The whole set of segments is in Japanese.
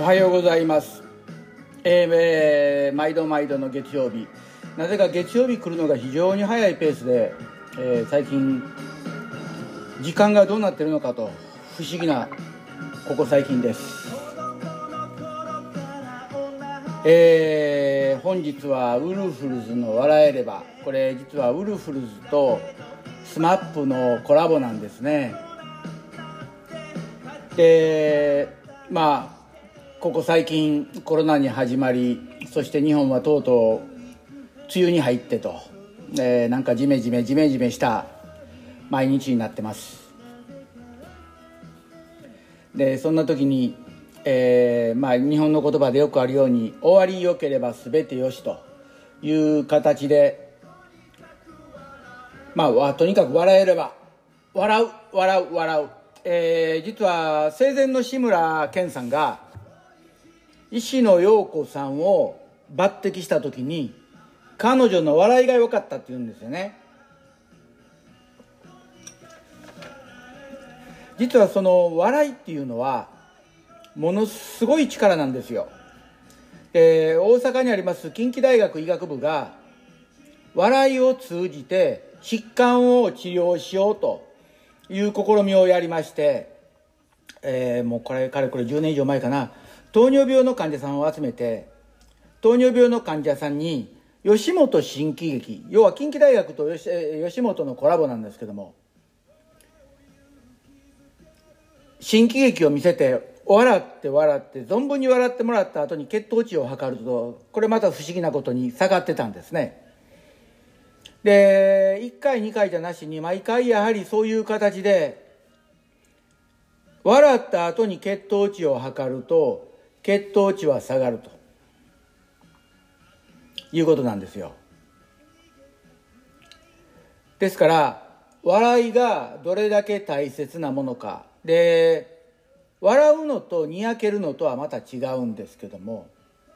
おはようございます。毎度毎度の月曜日、なぜか月曜日来るのが非常に早いペースで、最近時間がどうなってるのかと不思議なここ最近です。本日はウルフルズの笑えれば、これ実はウルフルズとスマップのコラボなんですね。でここ最近コロナに始まり、そして日本はとうとう梅雨に入ってと、なんかジメジメした毎日になってます。でそんな時に、日本の言葉でよくあるように、終わりよければ全てよしという形で、とにかく笑えれば笑う。実は生前の志村けんさんが石野陽子さんを抜擢した時に、彼女の笑いが良かったって言うんですよね。実はその笑いっていうのはものすごい力なんですよ。大阪にあります近畿大学医学部が笑いを通じて疾患を治療しようという試みをやりまして、もうこれ10年以上前かな、糖尿病の患者さんを集めて、糖尿病の患者さんに吉本新喜劇、要は近畿大学と吉本のコラボなんですけども、新喜劇を見せて笑って存分に笑ってもらった後に血糖値を測ると、これまた不思議なことに下がってたんですね。で1回2回じゃなしに、毎回やはりそういう形で笑った後に血糖値を測ると血糖値は下がるということなんですよ。ですから笑いがどれだけ大切なものかで、笑うのとにやけるのとはまた違うんですけども、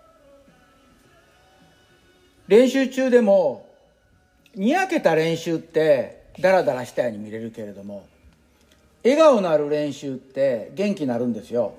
練習中でもにやけた練習ってダラダラしたように見れるけれども、笑顔のある練習って元気になるんですよ。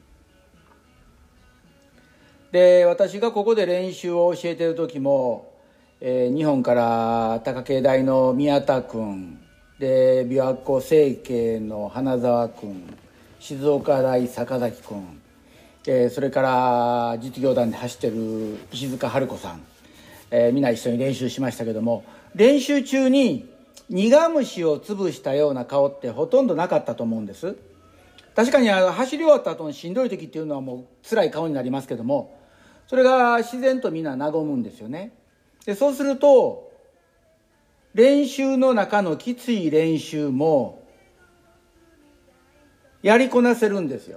で私がここで練習を教えている時も、日本から高慶大の宮田君で、琵琶湖成蹊の花澤君、静岡大坂崎君、それから実業団で走ってる石塚春子さん、みんな一緒に練習しましたけども、練習中に苦虫を潰したような顔ってほとんどなかったと思うんです。確かに走り終わった後のしんどい時っていうのはもう辛い顔になりますけども、それが自然とみんな和むんですよね。でそうすると練習の中のきつい練習もやりこなせるんですよ。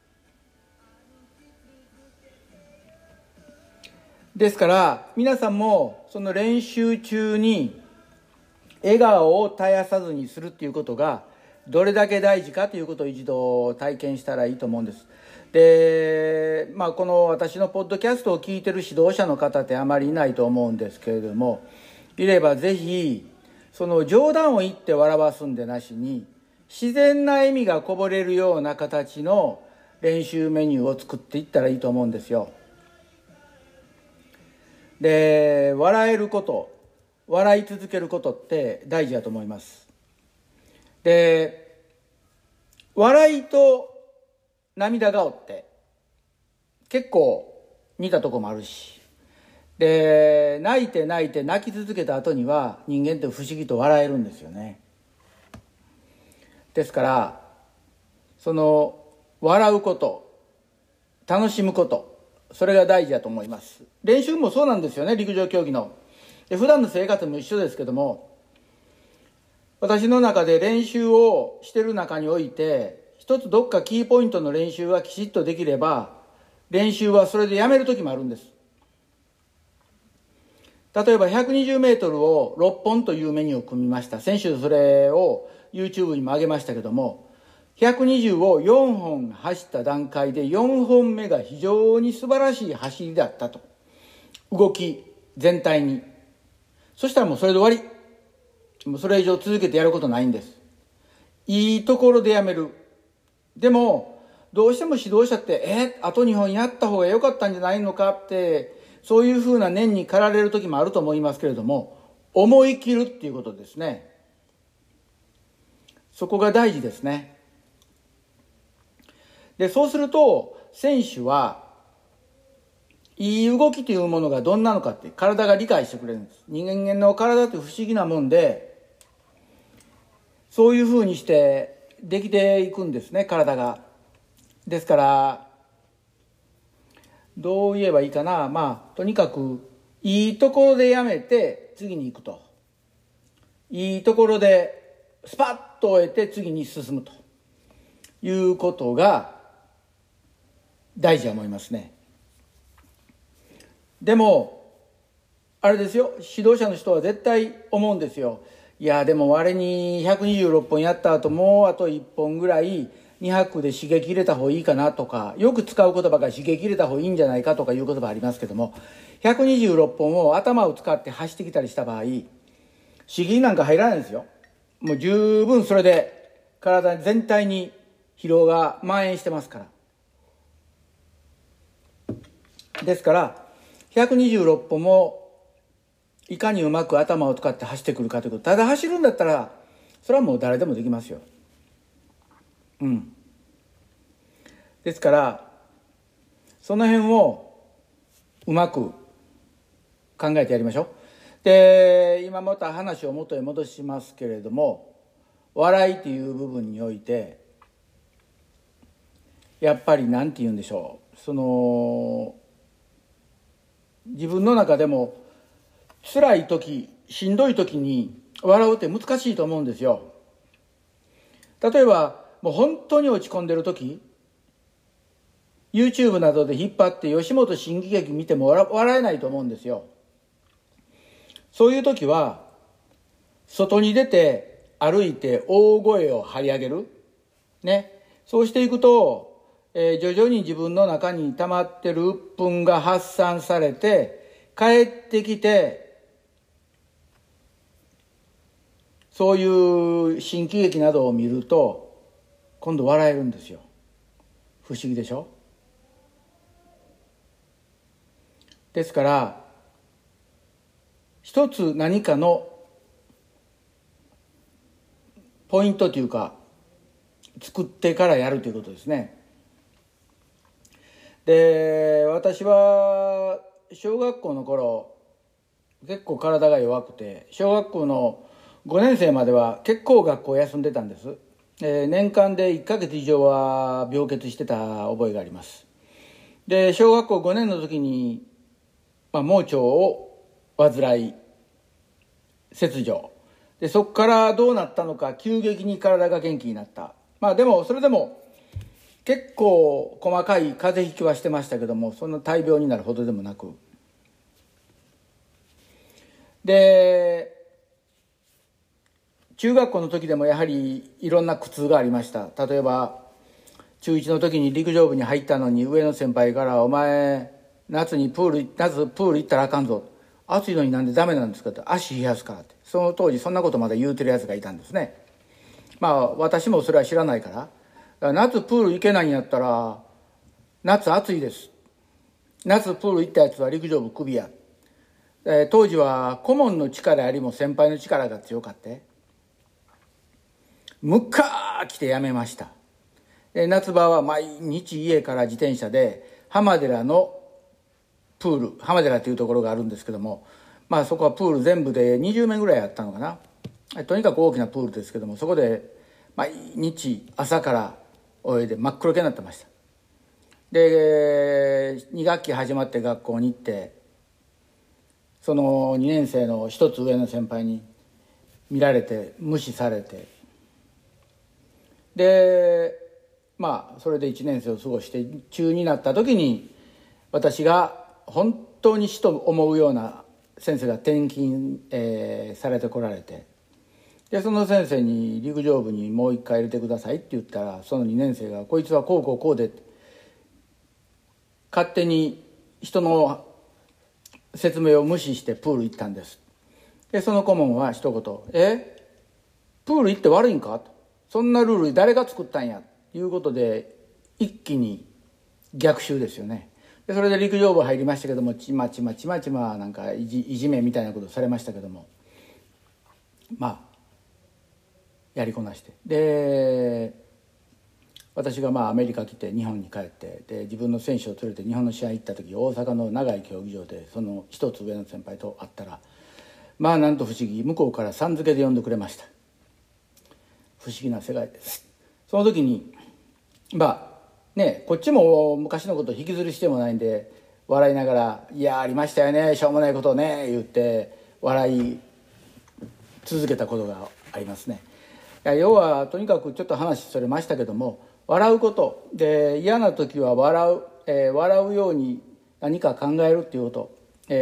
ですから皆さんもその練習中に笑顔を絶やさずにするっていうことがどれだけ大事かということを一度体験したらいいと思うんです。でこの私のポッドキャストを聞いてる指導者の方ってあまりいないと思うんですけれども、いればぜひその冗談を言って笑わすんでなしに、自然な笑みがこぼれるような形の練習メニューを作っていったらいいと思うんですよ。で笑えること、笑い続けることって大事だと思います。で笑いと涙顔って結構似たとこもあるし、で泣いて泣き続けた後には人間って不思議と笑えるんですよね。ですからその笑うこと、楽しむこと、それが大事だと思います。練習もそうなんですよね。陸上競技の普段の生活も一緒ですけども、私の中で練習をしてる中において、一つどっかキーポイントの練習がきちっとできれば、練習はそれでやめる時もあるんです。例えば120メートルを6本というメニューを組みました。先週それを YouTube にも上げましたけども、120を4本走った段階で4本目が非常に素晴らしい走りだったと。動き全体に。そしたらもうそれで終わり。もうそれ以上続けてやることないんです。いいところでやめる。でもどうしても指導者ってあと2本やった方が良かったんじゃないのかって、そういうふうな念に駆られる時もあると思いますけれども、思い切るっていうことですね。そこが大事ですね。で、そうすると選手はいい動きというものがどんなのかって体が理解してくれるんです。人間の体って不思議なもんで、そういうふうにしてできていくんですね、体が。ですからどう言えばいいかな、とにかくいいところでやめて次に行くと、いいところでスパッと終えて次に進むということが大事だと思いますね。でもあれですよ、指導者の人は絶対思うんですよ。いやでもあれに126本やった後もうあと1本ぐらい200で刺激入れた方がいいかなとか、よく使う言葉が刺激入れた方がいいんじゃないかとかいう言葉ありますけども、126本を頭を使って走ってきたりした場合、刺激なんか入らないんですよ。もう十分それで体全体に疲労が蔓延してますから。ですから126本もいかにうまく頭を使って走ってくるかということ。ただ走るんだったらそれはもう誰でもできますよ。ですからその辺をうまく考えてやりましょう。で、今また話を元へ戻しますけれども、笑いという部分においてやっぱりなんて言うんでしょう、自分の中でも辛い時、しんどい時に笑うって難しいと思うんですよ。例えばもう本当に落ち込んでる時、 YouTube などで引っ張って吉本新喜劇見ても笑えないと思うんですよ。そういう時は外に出て歩いて大声を張り上げるね。そうしていくと、徐々に自分の中に溜まってる鬱憤が発散されて帰ってきて、そういう新喜劇などを見ると今度笑えるんですよ。不思議でしょ。ですから一つ何かのポイントというか作ってからやるということですね。で、私は小学校の頃結構体が弱くて、小学校の5年生までは結構学校を休んでたんです。年間で1ヶ月以上は病欠してた覚えがあります。で、小学校5年の時に、盲腸を患い切除で、そこからどうなったのか、急激に体が元気になった。でもそれでも結構細かい風邪ひきはしてましたけども、そんな大病になるほどでもなく、で中学校の時でもやはりいろんな苦痛がありました。例えば中1の時に陸上部に入ったのに、上の先輩から「お前夏プール行ったらあかんぞ、暑いのになんでダメなんですか」って、足冷やすからって、その当時そんなことまで言うてるやつがいたんですね。私もそれは知らないから、夏プール行けないんやったら夏暑いです、夏プール行ったやつは陸上部クビや。当時は顧問の力よりも先輩の力が強かって、むっかー来てやめました。夏場は毎日家から自転車で浜寺のプール、浜寺というところがあるんですけども、そこはプール全部で20名ぐらいあったのかな。とにかく大きなプールですけども、そこで毎日朝から泳いで真っ黒けになってました。で2学期始まって学校に行って、その2年生の一つ上の先輩に見られて無視されて、でそれで1年生を過ごして、中になった時に私が本当に死と思うような先生が転勤、されてこられて、でその先生に陸上部にもう一回入れてくださいって言ったら、その2年生がこいつはこうこうこうで勝手に人の説明を無視してプール行ったんです。でその顧問は一言「プール行って悪いんか?」と「そんなルール誰が作ったんや」ということで一気に逆襲ですよね。でそれで陸上部入りましたけども、ちまちまなんかいじめみたいなことされましたけども、やりこなして、で私がアメリカ来て日本に帰って、で自分の選手を連れて日本の試合行った時、大阪の長井競技場でその一つ上の先輩と会ったら、なんと不思議、向こうからさん付けで呼んでくれました。不思議な世界です。その時にこっちも昔のことを引きずりしてもないんで笑いながら「いやありましたよね、しょうもないことをね」言って笑い続けたことがありますね。要はとにかくちょっと話それましたけども、笑うことで、嫌な時は笑うように何か考えるっていうこと、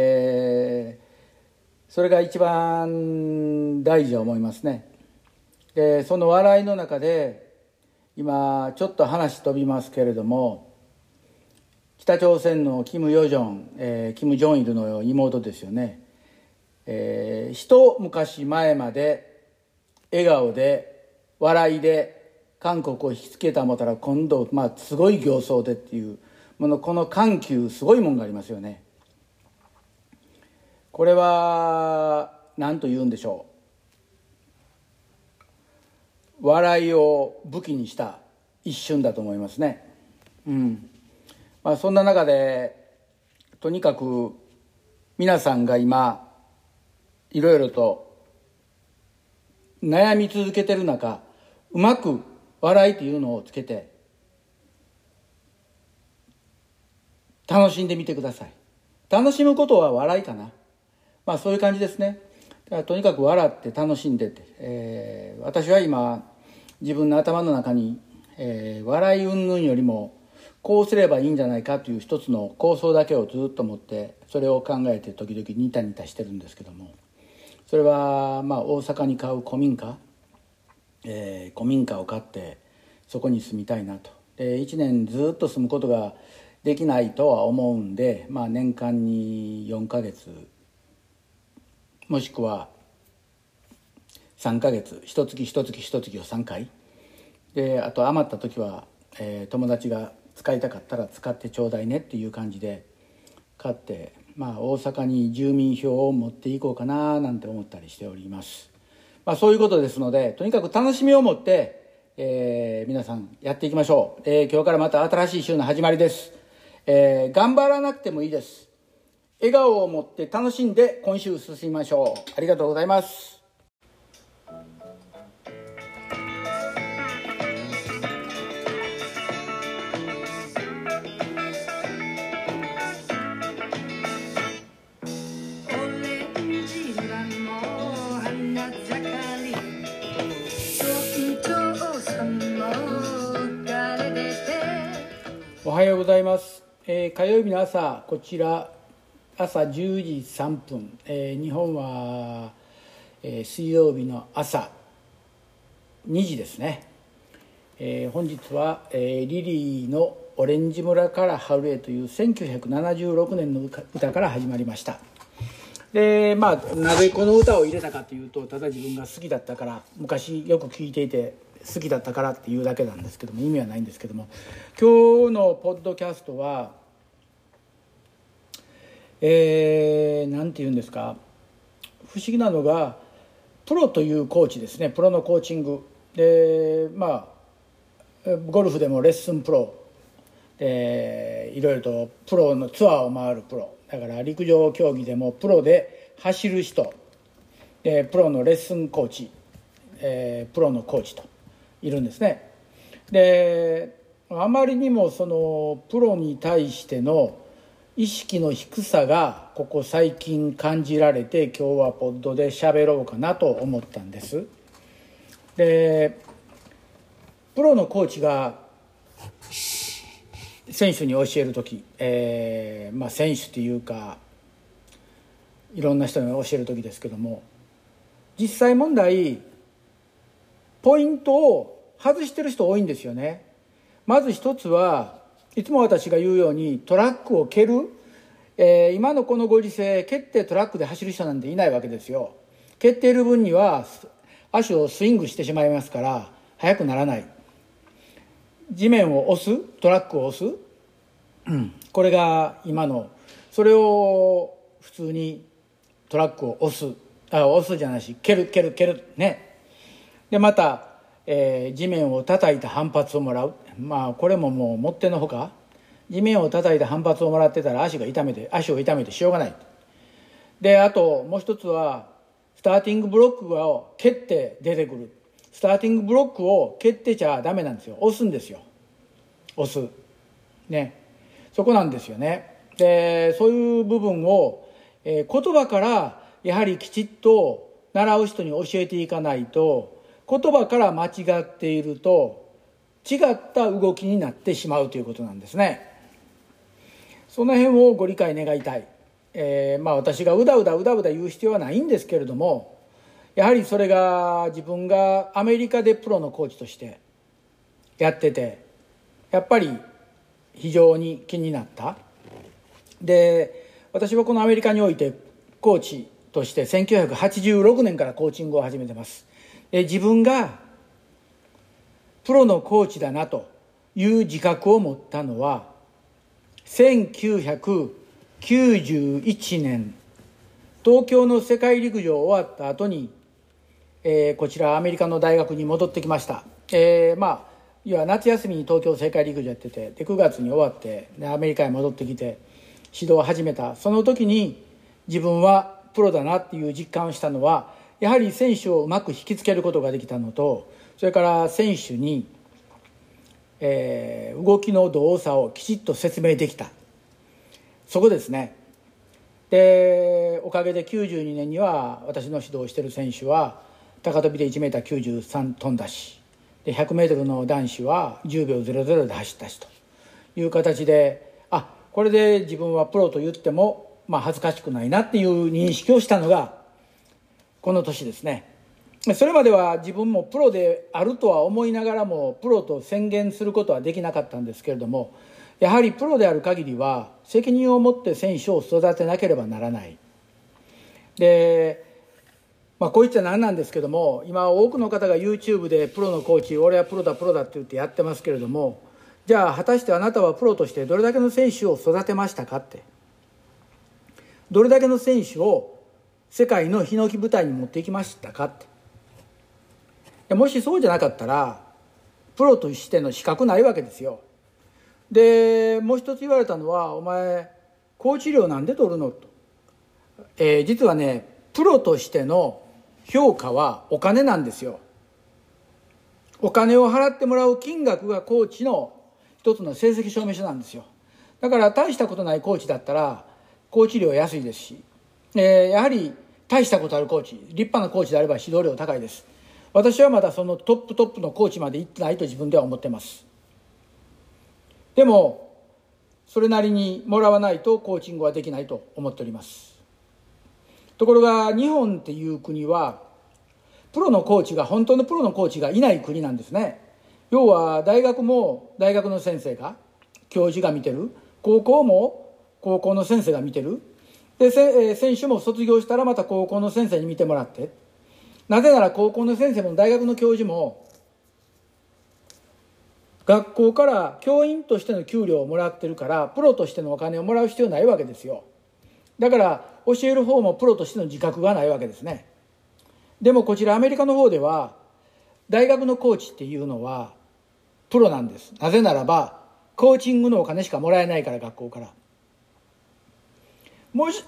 それが一番大事だと思いますね。でその笑いの中で今ちょっと話飛びますけれども、北朝鮮のキム・ヨジョン、キム・ジョンイルの妹ですよね。一昔前まで笑顔で笑いで韓国を引きつけた思ったら、今度すごい形相でっていうもの、この緩急すごいもんがありますよね。これは何と言うんでしょう。笑いを武器にした一瞬だと思いますね。そんな中でとにかく皆さんが今いろいろと悩み続けてる中、うまく笑いというのをつけて楽しんでみてください。楽しむことは笑いかな。そういう感じですね。だからとにかく笑って楽しんでて、私は今自分の頭の中に、笑い云々よりもこうすればいいんじゃないかという一つの構想だけをずっと持って、それを考えて時々ニタニタしてるんですけども、それは大阪に買う古民家、古民家を買ってそこに住みたいなと。で1年ずっと住むことができないとは思うんで、年間に4ヶ月もしくは3ヶ月、一月を3回で、あと余った時は、友達が使いたかったら使ってちょうだいねっていう感じで買って、大阪に住民票を持っていこうかななんて思ったりしております。そういうことですので、とにかく楽しみを持って、皆さんやっていきましょう。今日からまた新しい週の始まりです。頑張らなくてもいいです。笑顔を持って楽しんで今週進みましょう。ありがとうございます。おはようございます。火曜日の朝、こちら朝10時3分、日本は、水曜日の朝2時ですね。本日は、リリーのオレンジ村から春へという1976年の歌から始まりました。でなぜこの歌を入れたかというと、ただ自分が好きだったから、昔よく聴いていて好きだったからっていうだけなんですけども、意味はないんですけども、今日のポッドキャストはなんて言うんですか、不思議なのがプロというコーチですね。プロのコーチングでゴルフでもレッスンプロで、いろいろとプロのツアーを回るプロだから、陸上競技でもプロで走る人で、プロのレッスンコーチ、プロのコーチといるんですね。であまりにもそのプロに対しての意識の低さがここ最近感じられて、今日はポッドで喋ろうかなと思ったんです。でプロのコーチが選手に教える時、選手というかいろんな人に教える時ですけども、実際問題ポイントを外してる人多いんですよね。まず一つはいつも私が言うように、トラックを蹴る、今のこのご時世蹴ってトラックで走る人なんていないわけですよ。蹴っている分には足をスイングしてしまいますから速くならない。 地面を押す、トラックを押す、これが今の、それを普通にトラックを押すじゃないし、蹴るね。でまた、地面を叩いた反発をもらう。これももうもってのほか、地面を叩いた反発をもらってたら足を痛めてしょうがない。であともう一つはスターティングブロックを蹴って出てくる。スターティングブロックを蹴ってちゃダメなんですよ。押すんですよ。押すね、そこなんですよね。でそういう部分を、言葉からやはりきちっと習う人に教えていかないと、言葉から間違っていると違った動きになってしまうということなんですね。その辺をご理解願いたい。私がうだうだ言う必要はないんですけれども、やはりそれが自分がアメリカでプロのコーチとしてやってて、やっぱり非常に気になった。で私はこのアメリカにおいてコーチとして1986年からコーチングを始めてます。自分がプロのコーチだなという自覚を持ったのは1991年東京の世界陸上終わった後に、こちらアメリカの大学に戻ってきました。いや夏休みに東京世界陸上やってて、で9月に終わってアメリカへ戻ってきて指導を始めた。その時に自分はプロだなっていう実感をしたのは、やはり選手をうまく引きつけることができたのと、それから選手に、動きの動作をきちっと説明できた。そこですね。でおかげで92年には私の指導をしている選手は高跳びで 1m93 飛んだし、で 100m の男子は10秒00で走ったしという形で、これで自分はプロと言っても、恥ずかしくないなっていう認識をしたのがこの年ですね。それまでは自分もプロであるとは思いながらもプロと宣言することはできなかったんですけれども、やはりプロである限りは責任を持って選手を育てなければならない。でこう言っちゃなんなんですけども、今多くの方が YouTube でプロのコーチ、俺はプロだって言ってやってますけれども、じゃあ果たしてあなたはプロとしてどれだけの選手を育てましたかって、どれだけの選手を世界のヒノキ舞台に持っていきましたかって。もしそうじゃなかったらプロとしての資格ないわけですよ。でもう一つ言われたのは、お前コーチ料なんで取るのと。実はね、プロとしての評価はお金なんですよ。お金を払ってもらう金額がコーチの一つの成績証明書なんですよ。だから大したことないコーチだったらコーチ料安いですし、やはり大したことあるコーチ、立派なコーチであれば指導料高いです。私はまだそのトップのコーチまで行ってないと自分では思ってます。でもそれなりにもらわないとコーチングはできないと思っております。ところが日本っていう国は本当のプロのコーチがいない国なんですね。要は大学も大学の先生が、教授が見てる、高校も高校の先生が見てる、で選手も卒業したらまた高校の先生に見てもらって、なぜなら高校の先生も大学の教授も学校から教員としての給料をもらってるから、プロとしてのお金をもらう必要ないわけですよ。だから教える方もプロとしての自覚がないわけですね。でもこちらアメリカの方では大学のコーチっていうのはプロなんです。なぜならばコーチングのお金しかもらえないから、学校から。もし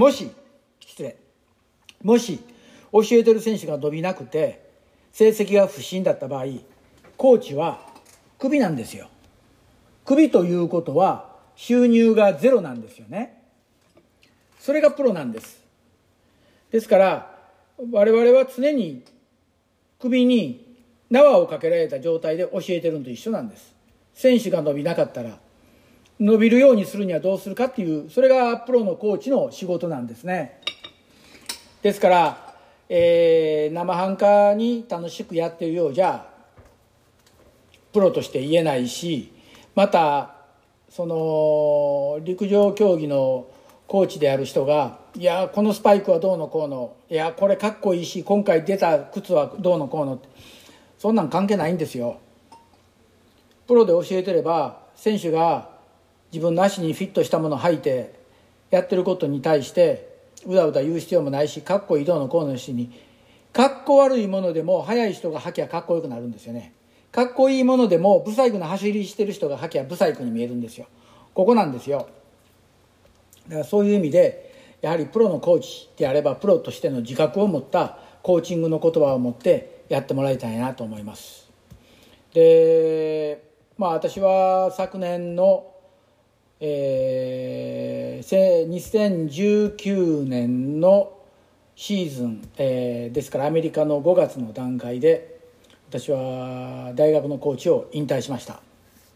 教えてる選手が伸びなくて成績が不振だった場合、コーチはクビなんですよ。クビということは収入がゼロなんですよね。それがプロなんです。ですから我々は常に首に縄をかけられた状態で教えてるのと一緒なんです。選手が伸びなかったら伸びるようにするにはどうするかっていう、それがプロのコーチの仕事なんですね。ですから、生半可に楽しくやっているようじゃプロとして言えないし、またその陸上競技のコーチである人が、いやこのスパイクはどうのこうの、いやこれかっこいいし今回出た靴はどうのこうのって、そんなん関係ないんですよ。 プロで教えてれば選手が自分の足にフィットしたものを履いてやってることに対してうだうだ言う必要もないし、かっこいいどうのこうのしに、かっこ悪いものでも速い人が履きゃかっこよくなるんですよね。かっこいいものでもブサイクな走りしてる人が履きゃブサイクに見えるんですよ。ここなんですよ。だからそういう意味でやはりプロのコーチであればプロとしての自覚を持ったコーチングの言葉を持ってやってもらいたいなと思います。で、私は昨年の、2019年のシーズン、ですからアメリカの5月の段階で私は大学のコーチを引退しました。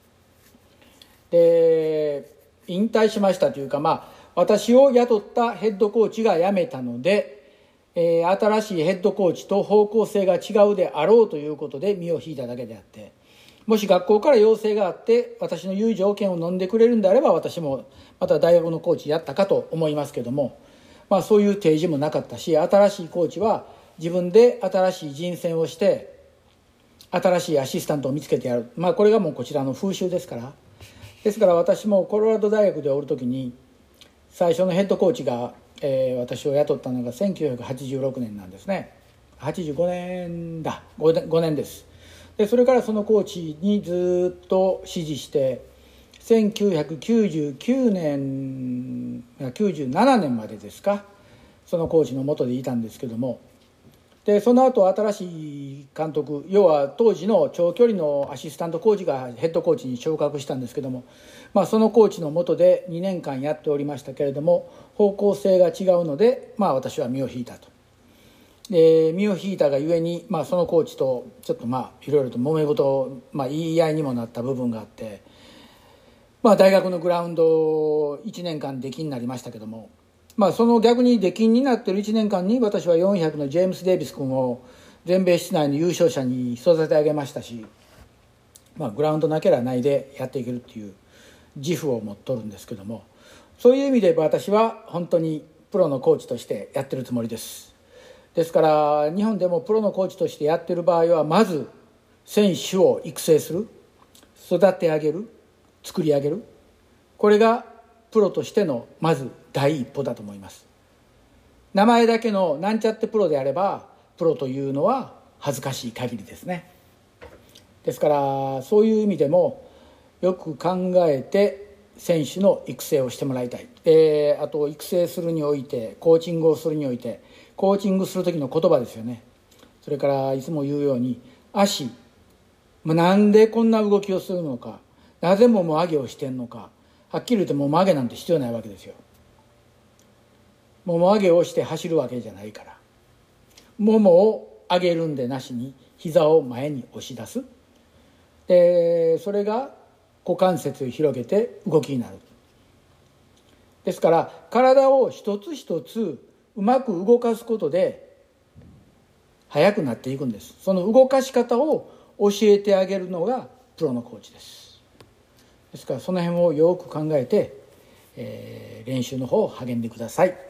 で、引退しましたというか、私を雇ったヘッドコーチが辞めたので、新しいヘッドコーチと方向性が違うであろうということで身を引いただけであって、もし学校から要請があって私の言う条件を飲んでくれるんであれば私もまた大学のコーチやったかと思いますけども、そういう提示もなかったし、新しいコーチは自分で新しい人選をして新しいアシスタントを見つけてやる、これがもうこちらの風習ですから。ですから私もコロラド大学でおるときに最初のヘッドコーチが、私を雇ったのが1986年なんですね。85年だ、5年です。でそれからそのコーチにずっと師事して1999年97年までですか、そのコーチの下でいたんですけども、でその後新しい監督、要は当時の長距離のアシスタントコーチがヘッドコーチに昇格したんですけども、そのコーチの下で2年間やっておりましたけれども、方向性が違うので、私は身を引いたと。で身を引いたがゆえに、そのコーチとちょっといろいろと揉め事、言い合いにもなった部分があって、大学のグラウンドを1年間出禁になりましたけども、その逆に出禁になっている1年間に私は400のジェームス・デイビス君を全米室内の優勝者に育て上げましたし、グラウンドなければないでやっていけるっていう自負を持っとるんですけども、そういう意味で私は本当にプロのコーチとしてやってるつもりです。ですから日本でもプロのコーチとしてやってる場合は、まず選手を育成する、育て上げる、作り上げる、これがプロとしてのまず第一歩だと思います。名前だけのなんちゃってプロであればプロというのは恥ずかしい限りですね。ですからそういう意味でもよく考えて選手の育成をしてもらいたい。あと育成するにおいて、コーチングをするにおいて、コーチングする時の言葉ですよね。それからいつも言うように足、なんでこんな動きをするのか、なぜもも上げをしてんのか、はっきり言ってもも上げなんて必要ないわけですよ。もも上げをして走るわけじゃないから、ももを上げるんでなしに膝を前に押し出す。でそれが股関節を広げて動きになる。ですから体を一つ一つうまく動かすことで速くなっていくんです。その動かし方を教えてあげるのがプロのコーチです。ですからその辺をよく考えて、練習の方を励んでください。